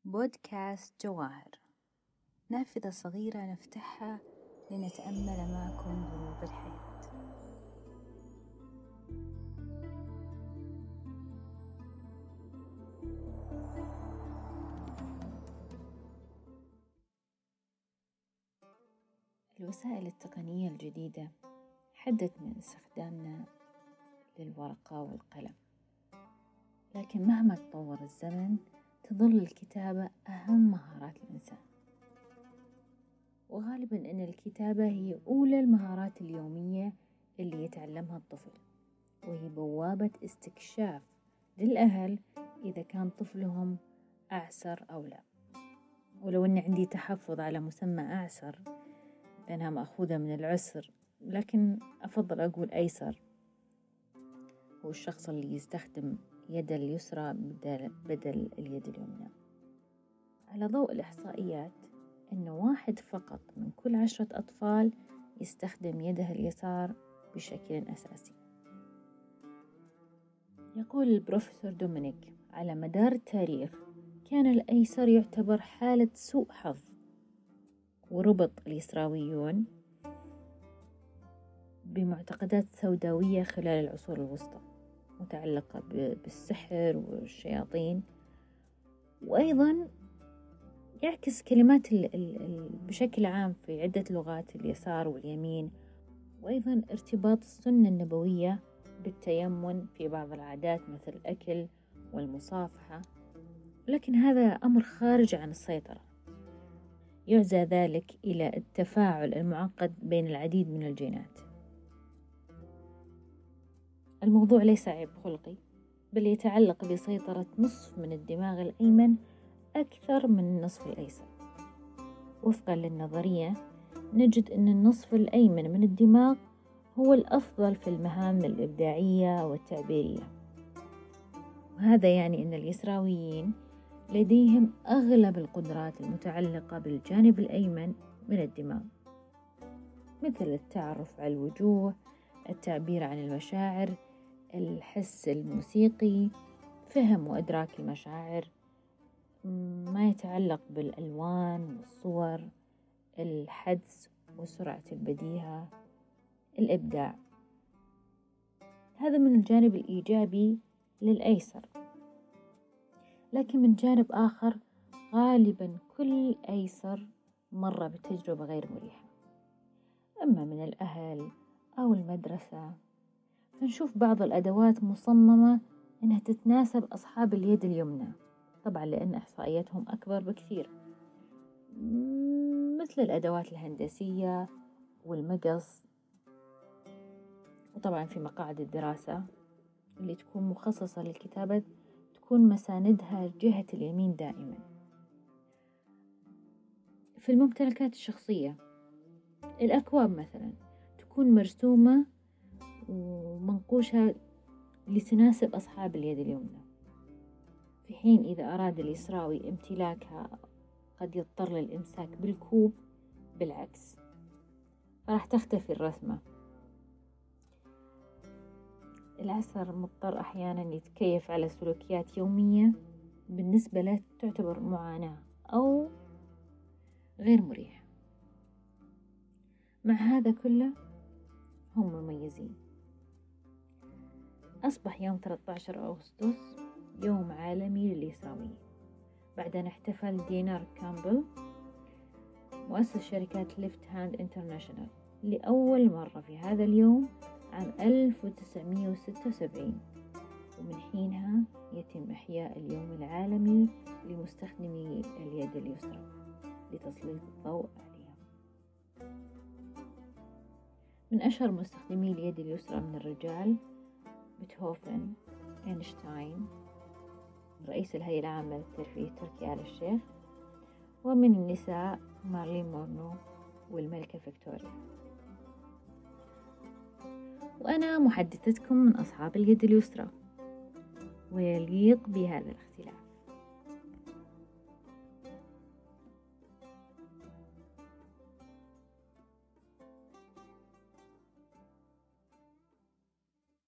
بودكاست جواهر، نافذة صغيرة نفتحها لنتأمل معكم غروب الحياة. الوسائل التقنية الجديدة حدت من استخدامنا للورقة والقلم، لكن مهما تطور الزمن تظل الكتابة أهم مهارات الإنسان، وغالبا أن الكتابة هي أولى المهارات اليومية اللي يتعلمها الطفل، وهي بوابة استكشاف للأهل إذا كان طفلهم أعسر أو لا. ولو أن عندي تحفظ على مسمى أعسر لأنها مأخوذة من العسر، لكن أفضل أقول أيسر، هو الشخص اللي يستخدم يده اليسرى بدل اليد اليمنى. على ضوء الإحصائيات أنه 1 فقط من كل 10 أطفال يستخدم يده اليسار بشكل أساسي. يقول البروفيسور دومينيك على مدار التاريخ كان الأيسر يعتبر حالة سوء حظ، وربط اليسراويون بمعتقدات سوداوية خلال العصور الوسطى متعلقة بالسحر والشياطين، وأيضا يعكس كلمات بشكل عام في عدة لغات اليسار واليمين، وأيضا ارتباط السنة النبوية بالتيمن في بعض العادات مثل الأكل والمصافحة، لكن هذا أمر خارج عن السيطرة. يعزى ذلك إلى التفاعل المعقد بين العديد من الجينات. الموضوع ليس عيب خلقي، بل يتعلق بسيطرة نصف من الدماغ الأيمن أكثر من النصف الأيسر. وفقا للنظرية نجد أن النصف الأيمن من الدماغ هو الأفضل في المهام الإبداعية والتعبيرية، وهذا يعني أن اليسراويين لديهم أغلب القدرات المتعلقة بالجانب الأيمن من الدماغ، مثل التعرف على الوجوه، التعبير عن المشاعر، الحس الموسيقي، فهم وإدراك المشاعر، ما يتعلق بالألوان والصور، الحدس وسرعة البديهة، الإبداع. هذا من الجانب الإيجابي للأيسر، لكن من جانب آخر غالبا كل أيسر مر بتجربة غير مريحة، أما من الأهل أو المدرسة. فنشوف بعض الأدوات مصممة أنها تتناسب أصحاب اليد اليمنى، طبعا لأن إحصائياتهم أكبر بكثير، مثل الأدوات الهندسية والمقص. وطبعا في مقاعد الدراسة اللي تكون مخصصة للكتابة تكون مساندها جهة اليمين دائما. في الممتلكات الشخصية الأكواب مثلا تكون مرسومة ومنقوشة لتناسب أصحاب اليد اليمنى، في حين إذا أراد اليسراوي امتلاكها قد يضطر للإمساك بالكوب بالعكس، فراح تختفي الرسمة. العسر مضطر أحيانا يتكيف على سلوكيات يومية بالنسبة له تعتبر معاناة أو غير مريحة. مع هذا كله هم مميزين. أصبح يوم 13 أغسطس يوم عالمي لليسراويين بعد أن احتفل دينار كامبل مؤسس شركات ليفت هاند انترناشونال لأول مرة في هذا اليوم عام 1976، ومن حينها يتم إحياء اليوم العالمي لمستخدمي اليد اليسرى لتسليط الضوء عليها. من أشهر مستخدمي اليد اليسرى من الرجال بيتهوفن، أينشتاين، رئيس الهيئة العامة للترفيه تركي آل الشيخ، ومن النساء مارلين مونرو والملكة فيكتوريا. وأنا محدثتكم من أصحاب اليد اليسرى، ويليق بهذا الاختلاف.